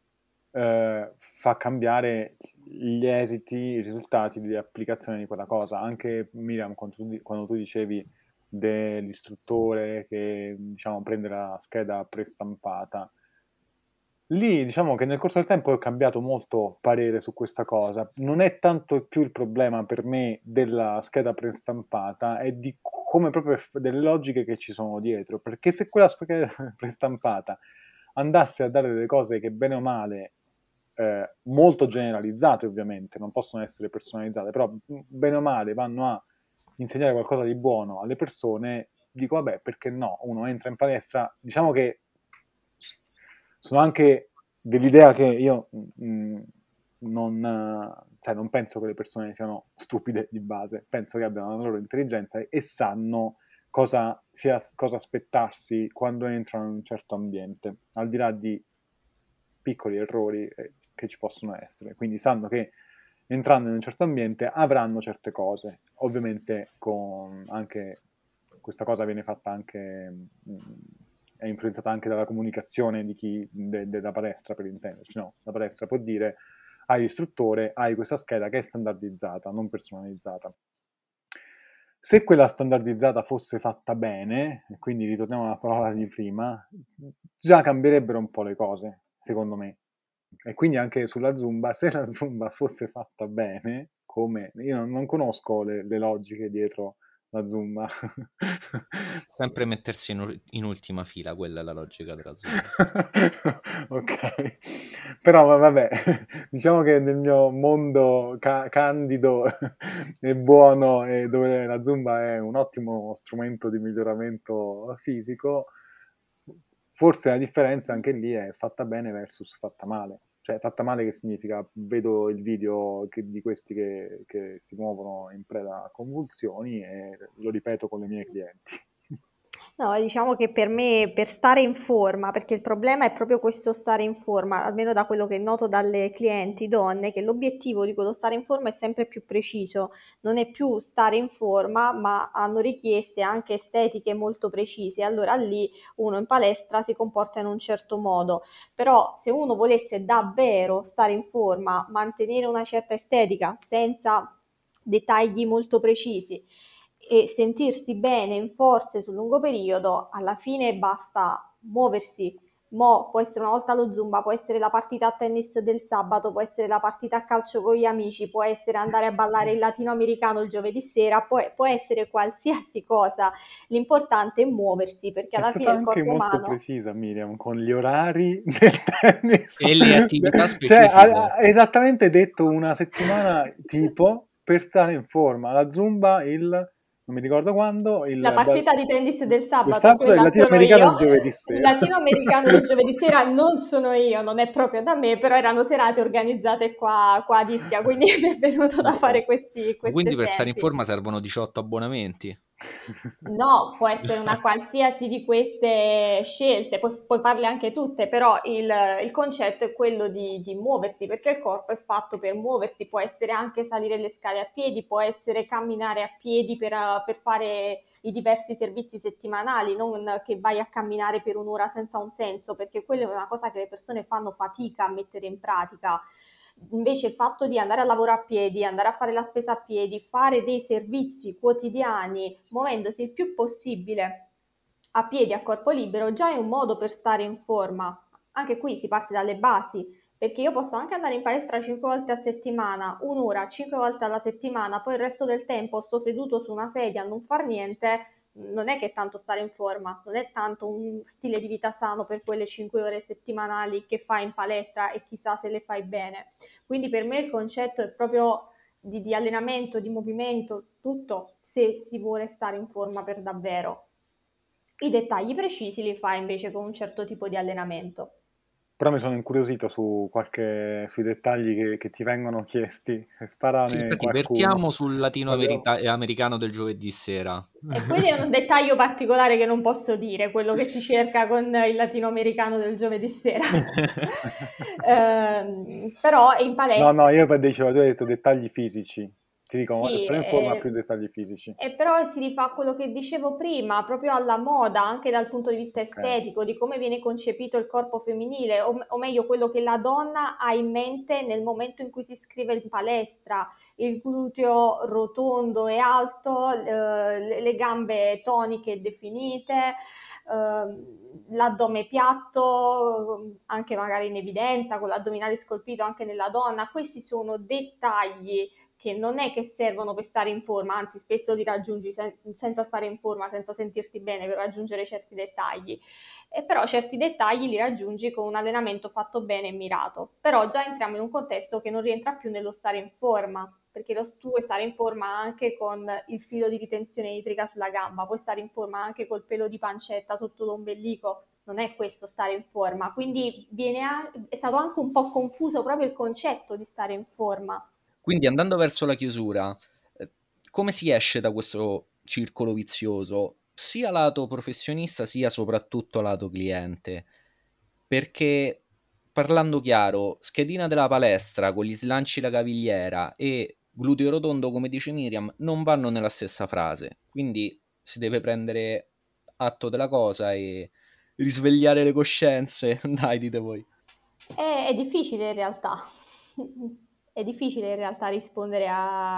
fa cambiare gli esiti, i risultati di applicazione di quella cosa. Anche Miriam, quando tu dicevi dell'istruttore che diciamo prende la scheda prestampata, lì diciamo che nel corso del tempo ho cambiato molto parere su questa cosa. Non è tanto più il problema per me della scheda prestampata, è di come proprio delle logiche che ci sono dietro. Perché se quella scheda prestampata andasse a dare delle cose che bene o male, molto generalizzate ovviamente, non possono essere personalizzate, però bene o male vanno a insegnare qualcosa di buono alle persone, dico vabbè, perché no? Uno entra in palestra, diciamo che sono anche dell'idea che io non penso che le persone siano stupide di base, penso che abbiano la loro intelligenza e sanno cosa aspettarsi quando entrano in un certo ambiente, al di là di piccoli errori che ci possono essere. Quindi sanno che entrando in un certo ambiente avranno certe cose. Ovviamente anche questa cosa viene fatta anche è influenzata anche dalla comunicazione di chi della palestra, per intenderci, no? La palestra può dire hai l'istruttore, hai questa scheda che è standardizzata, non personalizzata. Se quella standardizzata fosse fatta bene, e quindi ritorniamo alla parola di prima, già cambierebbero un po' le cose, secondo me. E quindi anche sulla Zumba, se la Zumba fosse fatta bene, come io non conosco le logiche dietro la Zumba. Sempre mettersi in ultima fila, quella è la logica della Zumba. Ok, però vabbè, diciamo che nel mio mondo candido e buono, e dove la Zumba è un ottimo strumento di miglioramento fisico, forse la differenza anche lì è fatta bene versus fatta male. Cioè, fatta male che significa? Vedo il video di questi che si muovono in preda a convulsioni e lo ripeto con le mie clienti. No, diciamo che per me, per stare in forma, perché il problema è proprio questo stare in forma, almeno da quello che noto dalle clienti donne, che l'obiettivo di quello stare in forma è sempre più preciso, non è più stare in forma, ma hanno richieste anche estetiche molto precise. Allora lì uno in palestra si comporta in un certo modo, però se uno volesse davvero stare in forma, mantenere una certa estetica senza dettagli molto precisi e sentirsi bene in forze sul lungo periodo, alla fine basta muoversi Mo' può essere una volta lo Zumba, può essere la partita a tennis del sabato, può essere la partita a calcio con gli amici, può essere andare a ballare il latinoamericano il giovedì sera, può essere qualsiasi cosa. L'importante è muoversi, perché È alla stata fine il anche corpo molto umano. precisa Miriam con gli orari del tennis. E le attività Cioè, specifiche. ha esattamente detto una settimana tipo per stare in forma. La Zumba, non mi ricordo quando, La partita di tennis del il sabato, sabato e il quella sono latinoamericano io. il giovedì Il sera. latinoamericano del giovedì sera non sono io, non è proprio da me, però erano serate organizzate qua ad Ischia, quindi mi è venuto da Ok. fare questi Quindi per stare in esempi. forma servono 18 abbonamenti. No, può essere una qualsiasi di queste scelte, puoi farle anche tutte, però il concetto è quello di muoversi, perché il corpo è fatto per muoversi, può essere anche salire le scale a piedi, può essere camminare a piedi per fare i diversi servizi settimanali, non che vai a camminare per un'ora senza un senso, perché quella è una cosa che le persone fanno fatica a mettere in pratica. Invece il fatto di andare a lavorare a piedi, andare a fare la spesa a piedi, fare dei servizi quotidiani, muovendosi il più possibile a piedi, a corpo libero, già è un modo per stare in forma. Anche qui si parte dalle basi, perché io posso anche andare in palestra 5 volte a settimana, un'ora, 5 volte alla settimana, poi il resto del tempo sto seduto su una sedia a non far niente, non è che è tanto stare in forma, non è tanto un stile di vita sano per quelle 5 ore settimanali che fai in palestra e chissà se le fai bene. Quindi per me il concetto è proprio di allenamento, di movimento, tutto se si vuole stare in forma per davvero. I dettagli precisi li fai invece con un certo tipo di allenamento. Però mi sono incuriosito sui dettagli che ti vengono chiesti. Sì, Sparane infatti qualcuno. vertiamo sul Voglio- latinoamericano del giovedì sera. E quello è un dettaglio particolare che non posso dire, quello che si cerca con il latinoamericano del giovedì sera. Però in No, no, palestra. io dicevo, tu hai detto dettagli fisici. Ti dico, Sì, stare in forma più dettagli fisici. e però si rifà quello che dicevo prima, proprio alla moda, anche dal punto di vista Ok. estetico, di come viene concepito il corpo femminile, o meglio quello che la donna ha in mente nel momento in cui si iscrive in palestra, il gluteo rotondo e alto, le gambe toniche e definite, l'addome piatto, anche magari in evidenza, con l'addominale scolpito anche nella donna. Questi sono dettagli che non è che servono per stare in forma, anzi spesso li raggiungi senza stare in forma, senza sentirti bene per raggiungere certi dettagli. E però certi dettagli li raggiungi con un allenamento fatto bene e mirato. Però già entriamo in un contesto che non rientra più nello stare in forma, perché tu puoi stare in forma anche con il filo di ritenzione idrica sulla gamba, puoi stare in forma anche col pelo di pancetta sotto l'ombelico, non è questo stare in forma, quindi è stato anche un po' confuso proprio il concetto di stare in forma. Quindi andando verso la chiusura, eh, come si esce da questo circolo vizioso, sia lato professionista sia soprattutto lato cliente? Perché parlando chiaro, schedina della palestra con gli slanci la cavigliera e gluteo rotondo, come dice Miriam, non vanno nella stessa frase. Quindi si deve prendere atto della cosa e risvegliare le coscienze. Dai, dite voi. È difficile in realtà, è difficile in realtà rispondere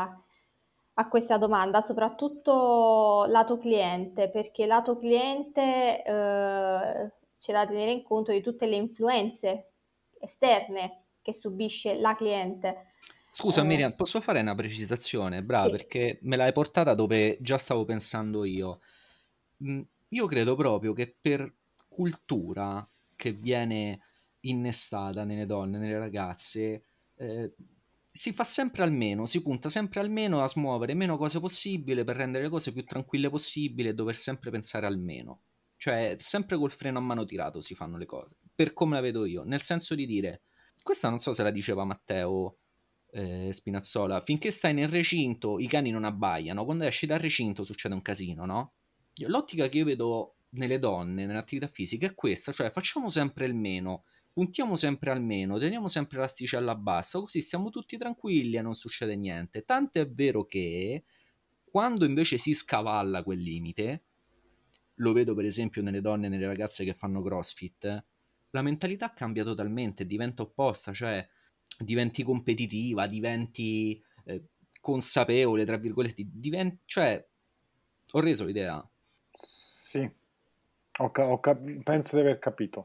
a questa domanda, soprattutto lato cliente, perché lato cliente c'è da tenere in conto di tutte le influenze esterne che subisce la cliente. Scusa Miriam, posso fare una precisazione? Brava, Sì. perché me l'hai portata dove già stavo pensando io. Io credo proprio che per cultura che viene innestata nelle donne, nelle ragazze, eh, si fa sempre almeno, si punta sempre almeno a smuovere meno cose possibile per rendere le cose più tranquille possibile e dover sempre pensare al meno. Cioè, sempre col freno a mano tirato si fanno le cose, per come la vedo io, nel senso di dire, questa non so se la diceva Matteo Spinazzola, finché stai nel recinto i cani non abbaiano, quando esci dal recinto succede un casino, no? L'ottica che io vedo nelle donne, nell'attività fisica è questa, cioè facciamo sempre il meno, puntiamo sempre al meno, teniamo sempre l'asticella bassa, così stiamo tutti tranquilli e non succede niente. Tanto è vero che quando invece si scavalla quel limite, lo vedo per esempio nelle donne e nelle ragazze che fanno CrossFit, la mentalità cambia totalmente, diventa opposta, cioè diventi competitiva, diventi consapevole, tra virgolette, cioè ho reso l'idea. Sì, penso di aver capito.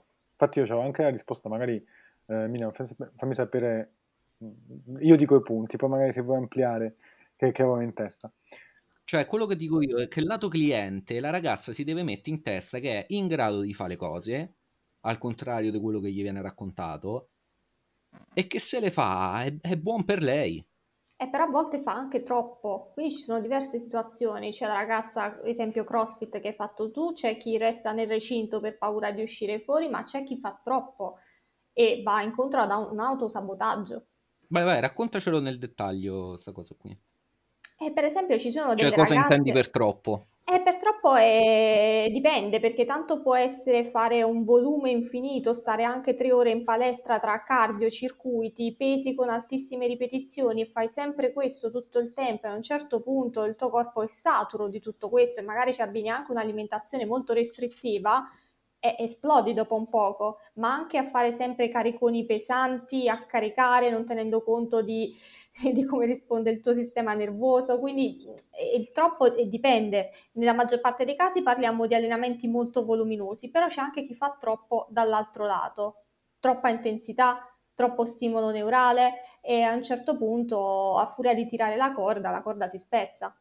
Infatti io avevo anche la risposta, magari Miriam, fammi sapere, io dico i punti, poi magari se vuoi ampliare che avevo in testa. Cioè, quello che dico io è che il lato cliente, la ragazza si deve mettere in testa che è in grado di fare le cose, al contrario di quello che gli viene raccontato, e che se le fa è buon per lei. Però a volte fa anche troppo, quindi ci sono diverse situazioni, c'è la ragazza, esempio CrossFit che hai fatto tu, c'è chi resta nel recinto per paura di uscire fuori, ma c'è chi fa troppo e va incontro ad un autosabotaggio. Vai, vai, raccontacelo nel dettaglio, sta cosa qui. E per esempio ci sono Cioè, delle cosa intendi ragazze, per troppo? per troppo dipende, perché tanto può essere fare un volume infinito, stare anche 3 ore in palestra tra cardio, circuiti, pesi con altissime ripetizioni e fai sempre questo tutto il tempo e a un certo punto il tuo corpo è saturo di tutto questo e magari ci abbini anche un'alimentazione molto restrittiva e esplodi dopo un poco, ma anche a fare sempre cariconi pesanti, a caricare non tenendo conto di di come risponde il tuo sistema nervoso, quindi il troppo dipende. Nella maggior parte dei casi parliamo di allenamenti molto voluminosi, però c'è anche chi fa troppo dall'altro lato, troppa intensità, troppo stimolo neurale e a un certo punto, a furia di tirare la corda si spezza.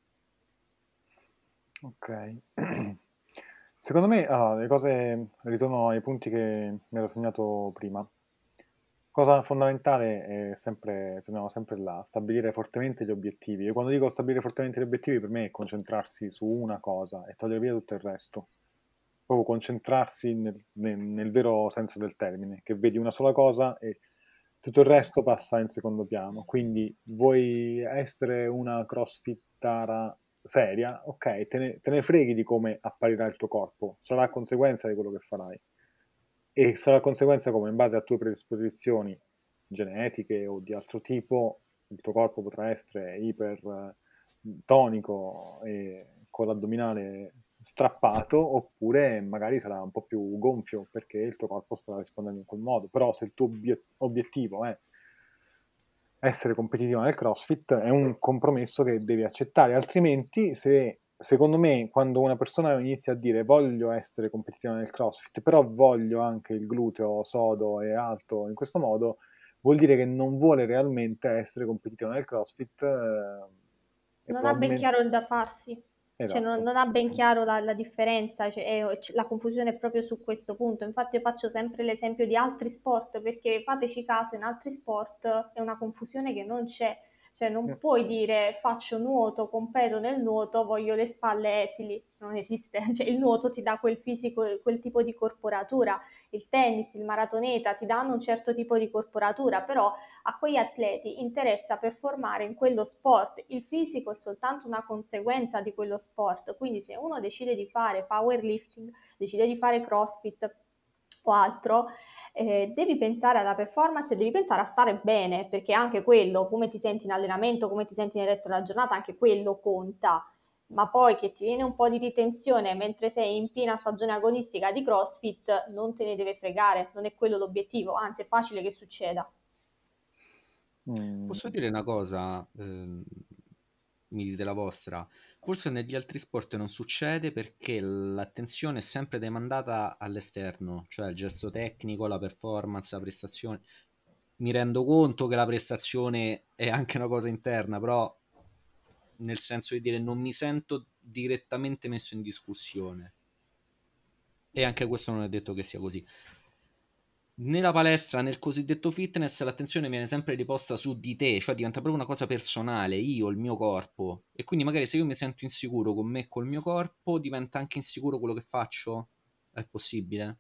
Ok. Secondo me, allora, le cose, ritorno ai punti che mi ero segnato prima. Cosa fondamentale è sempre, torniamo sempre là, stabilire fortemente gli obiettivi. E quando dico stabilire fortemente gli obiettivi, per me è concentrarsi su una cosa e togliere via tutto il resto. Proprio concentrarsi nel vero senso del termine, che vedi una sola cosa e tutto il resto passa in secondo piano. Quindi vuoi essere una crossfittara seria, ok, te ne freghi di come apparirà il tuo corpo, sarà conseguenza di quello che farai e sarà conseguenza come in base a tue predisposizioni genetiche o di altro tipo il tuo corpo potrà essere ipertonico e con l'addominale strappato oppure magari sarà un po' più gonfio perché il tuo corpo starà rispondendo in quel modo. Però se il tuo obiettivo è essere competitivo nel CrossFit è un compromesso che devi accettare, altrimenti se secondo me quando una persona inizia a dire voglio essere competitivo nel CrossFit, però voglio anche il gluteo sodo e alto in questo modo, vuol dire che non vuole realmente essere competitivo nel CrossFit e Non ha ben probabilmente chiaro il da farsi, cioè esatto. non ha ben chiaro la differenza, cioè, la confusione è proprio su questo punto. Infatti io faccio sempre l'esempio di altri sport, perché fateci caso, in altri sport è una confusione che non c'è, cioè non puoi dire faccio nuoto, competo nel nuoto, voglio le spalle esili, non esiste, cioè il nuoto ti dà quel fisico, quel tipo di corporatura, il tennis, il maratoneta ti danno un certo tipo di corporatura, però a quegli atleti interessa performare in quello sport, il fisico è soltanto una conseguenza di quello sport, quindi se uno decide di fare powerlifting, decide di fare CrossFit o altro, devi pensare alla performance e devi pensare a stare bene, perché anche quello, come ti senti in allenamento, come ti senti nel resto della giornata, anche quello conta. Ma poi che ti viene un po' di ritenzione mentre sei in piena stagione agonistica di CrossFit, non te ne deve fregare, non è quello l'obiettivo, anzi è facile che succeda. Mm. Posso dire una cosa, mi dite la vostra, forse negli altri sport non succede perché l'attenzione è sempre demandata all'esterno, cioè il gesto tecnico, la performance, la prestazione. Mi rendo conto che la prestazione è anche una cosa interna, però nel senso di dire non mi sento direttamente messo in discussione. E anche questo non è detto che sia così. Nella palestra, nel cosiddetto fitness, l'attenzione viene sempre riposta su di te, cioè diventa proprio una cosa personale, io, il mio corpo. E quindi magari se io mi sento insicuro con me e col mio corpo, diventa anche insicuro quello che faccio? È possibile?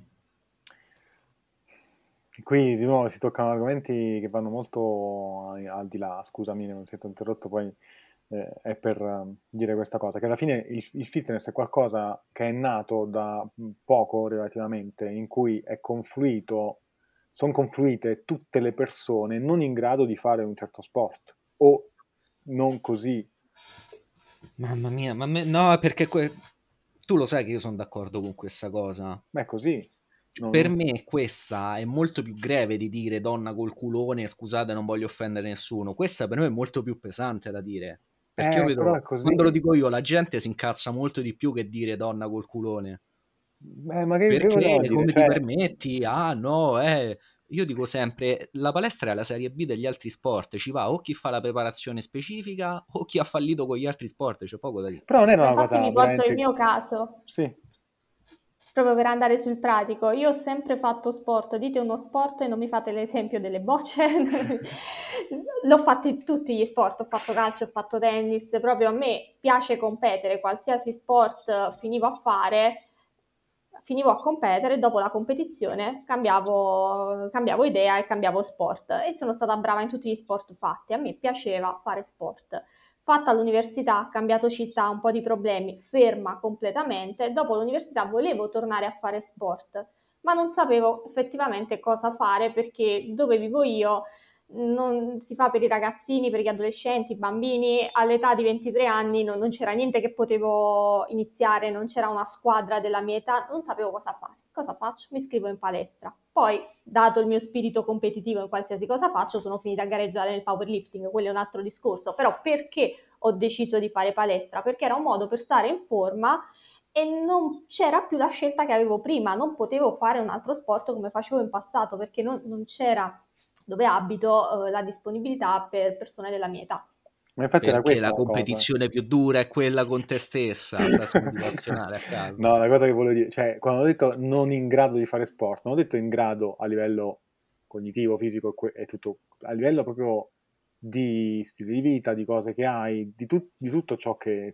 Qui di nuovo si toccano argomenti che vanno molto al di là, scusami, non si è interrotto, poi è per dire questa cosa, che alla fine il fitness è qualcosa che è nato da poco relativamente, in cui sono confluite tutte le persone non in grado di fare un certo sport, o non così. Mamma mia, no, perché tu lo sai che io sono d'accordo con questa cosa. Ma è così. Per me questa è molto più greve di dire donna col culone, scusate, non voglio offendere nessuno. Questa per me è molto più pesante da dire. Perché io Però vedo, è così. quando lo dico io, la gente si incazza molto di più che dire donna col culone. Ma che vogliamo Perché dire? come ti Cioè, permetti? Ah no, io dico sempre, la palestra è la serie B degli altri sport, ci va o chi fa la preparazione specifica o chi ha fallito con gli altri sport, c'è poco da dire. però non era Ma una infatti cosa mi porto il veramente... mio caso, Sì, proprio per andare sul pratico. Io ho sempre fatto sport, dite uno sport e non mi fate l'esempio delle bocce. L'ho fatti tutti gli sport, ho fatto calcio, ho fatto tennis, proprio a me piace competere, qualsiasi sport finivo a competere e dopo la competizione cambiavo idea e cambiavo sport e sono stata brava in tutti gli sport fatti. A me piaceva fare sport. Fatta l'università, cambiato città, un po' di problemi, ferma completamente. Dopo l'università volevo tornare a fare sport, ma non sapevo effettivamente cosa fare perché dove vivo io non si fa per i ragazzini, per gli adolescenti, i bambini. All'età di 23 anni non c'era niente che potevo iniziare, non c'era una squadra della mia età, non sapevo cosa fare. Cosa faccio? Mi iscrivo in palestra. Poi, dato il mio spirito competitivo in qualsiasi cosa faccio, sono finita a gareggiare nel powerlifting, quello è un altro discorso. Però perché ho deciso di fare palestra? Perché era un modo per stare in forma e non c'era più la scelta che avevo prima, non potevo fare un altro sport come facevo in passato perché non c'era dove abito la disponibilità per persone della mia età. ma infatti era Perché questa la la cosa. competizione più dura è quella con te stessa, frase motivazionale a caso. No, la cosa che volevo dire, cioè, quando ho detto non in grado di fare sport, non ho detto in grado a livello cognitivo, fisico e tutto, a livello proprio di stile di vita, di cose che hai, di tutto ciò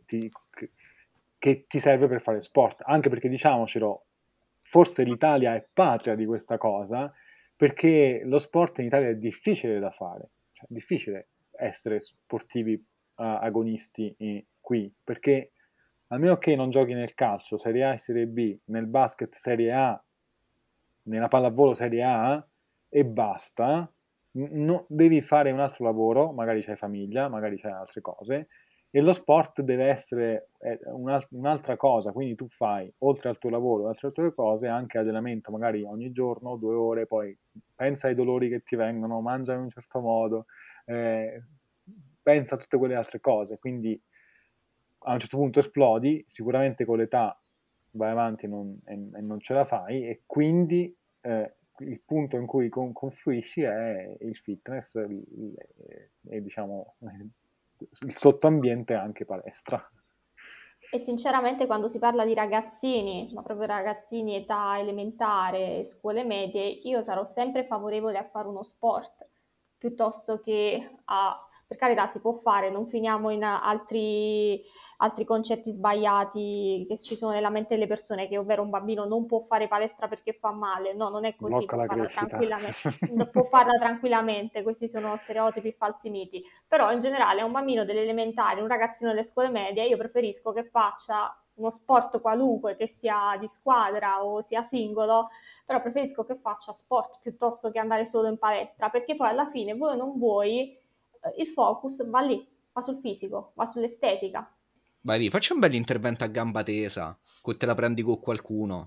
che ti serve per fare sport. Anche perché, diciamocelo, forse l'Italia è patria di questa cosa, perché lo sport in Italia è difficile da fare, cioè è difficile essere sportivi agonisti qui, perché a meno che non giochi nel calcio Serie A e Serie B, nel basket Serie A, nella pallavolo Serie A e basta, devi fare un altro lavoro, magari c'hai famiglia, magari c'hai altre cose, e lo sport deve essere un'altra cosa, quindi tu fai, oltre al tuo lavoro, oltre alle tue cose, anche allenamento, magari ogni giorno, 2 ore, poi pensa ai dolori che ti vengono, mangia in un certo modo, eh, pensa a tutte quelle altre cose, quindi a un certo punto esplodi, sicuramente con l'età vai avanti e non ce la fai e quindi il punto in cui confluisci è il fitness e diciamo il sottoambiente anche palestra. E sinceramente quando si parla di ragazzini, ma proprio ragazzini età elementare, scuole medie, io sarò sempre favorevole a fare uno sport piuttosto che a, per carità si può fare, non finiamo in altri concetti sbagliati che ci sono nella mente delle persone, che ovvero un bambino non può fare palestra perché fa male, no, non è così, Blocca la crescita. può farla tranquillamente, questi sono stereotipi e falsi miti, però in generale a un bambino delle elementari, un ragazzino delle scuole medie, io preferisco che faccia uno sport qualunque, che sia di squadra o sia singolo, però preferisco che faccia sport piuttosto che andare solo in palestra, perché poi alla fine vuoi o non vuoi, il focus va lì, va sul fisico, va sull'estetica. Vai via, faccia un bel intervento a gamba tesa, che te la prendi con qualcuno.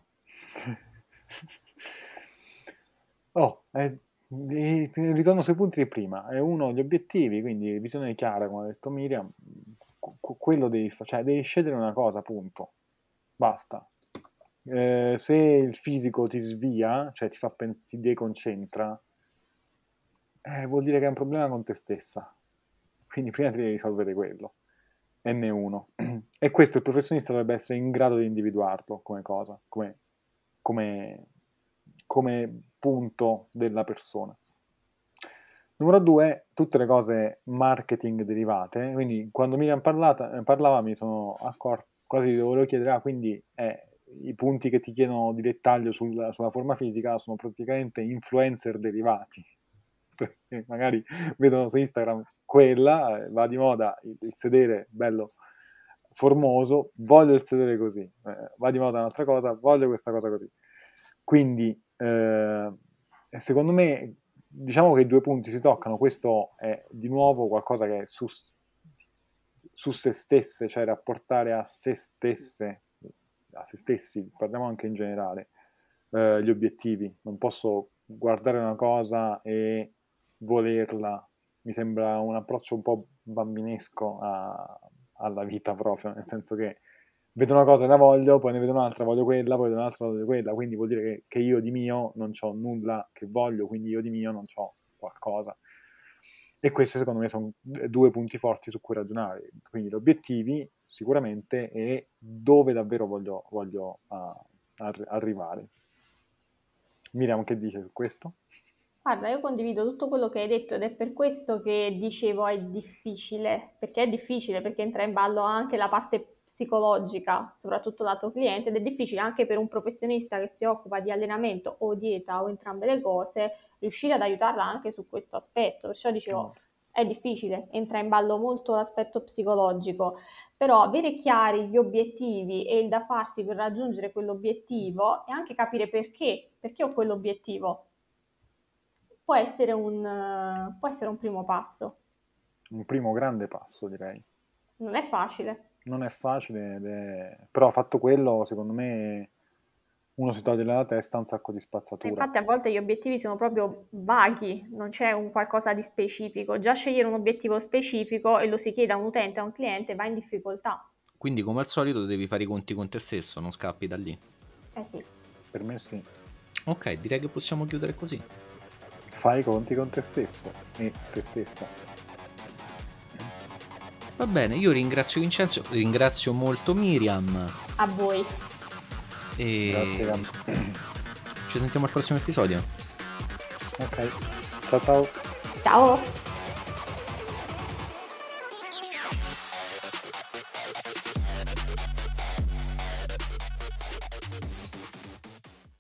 Oh, ritorno sui punti di prima. È uno gli obiettivi, quindi visione chiara, come ha detto Miriam. Quello cioè devi scegliere una cosa, punto. Basta. Se il fisico ti svia, cioè ti deconcentra, vuol dire che è un problema con te stessa. Quindi prima ti devi risolvere quello. N1. E questo il professionista dovrebbe essere in grado di individuarlo come cosa, come, come punto della persona. Numero 2, tutte le cose marketing derivate, quindi quando Miriam parlava mi sono accorto, quasi volevo chiedere, quindi i punti che ti chiedono di dettaglio sulla forma fisica sono praticamente influencer derivati, perché magari vedono su Instagram quella, va di moda il sedere bello formoso, voglio il sedere così, va di moda un'altra cosa, voglio questa cosa così. Quindi, secondo me, diciamo che i due punti si toccano, questo è di nuovo qualcosa che è su se stesse, cioè rapportare a se stesse, a se stessi, parliamo anche in generale, gli obiettivi. Non posso guardare una cosa e volerla. Mi sembra un approccio un po' bambinesco alla vita proprio, nel senso che vedo una cosa e la voglio, poi ne vedo un'altra, voglio quella, poi vedo un'altra, voglio quella, quindi vuol dire che io di mio non c'ho nulla che voglio, quindi io di mio non c'ho qualcosa. E questi secondo me sono due punti forti su cui ragionare, quindi gli obiettivi sicuramente e dove davvero voglio arrivare. Miriam, che dice su questo? Guarda, io condivido tutto quello che hai detto ed è per questo che dicevo è difficile, perché entra in ballo anche la parte psicologica, soprattutto lato cliente, ed è difficile anche per un professionista che si occupa di allenamento o dieta o entrambe le cose, riuscire ad aiutarla anche su questo aspetto. Perciò dicevo, è difficile, entra in ballo molto l'aspetto psicologico, però avere chiari gli obiettivi e il da farsi per raggiungere quell'obiettivo e anche capire perché ho quell'obiettivo può essere un primo passo. Un primo grande passo, direi. Non è facile. Non è facile, però fatto quello, secondo me, uno si toglie dalla testa un sacco di spazzatura. Infatti a volte gli obiettivi sono proprio vaghi, non c'è un qualcosa di specifico. Già scegliere un obiettivo specifico e lo si chiede a un utente, a un cliente, va in difficoltà. Quindi come al solito devi fare i conti con te stesso, non scappi da lì. Sì. Per me sì. Ok, direi che possiamo chiudere così. Fai i conti con te stesso e te stessa. Va bene, io ringrazio Vincenzo, ringrazio molto Miriam A voi. e Grazie, Gam. ci sentiamo al prossimo episodio. Ok, ciao ciao. Ciao.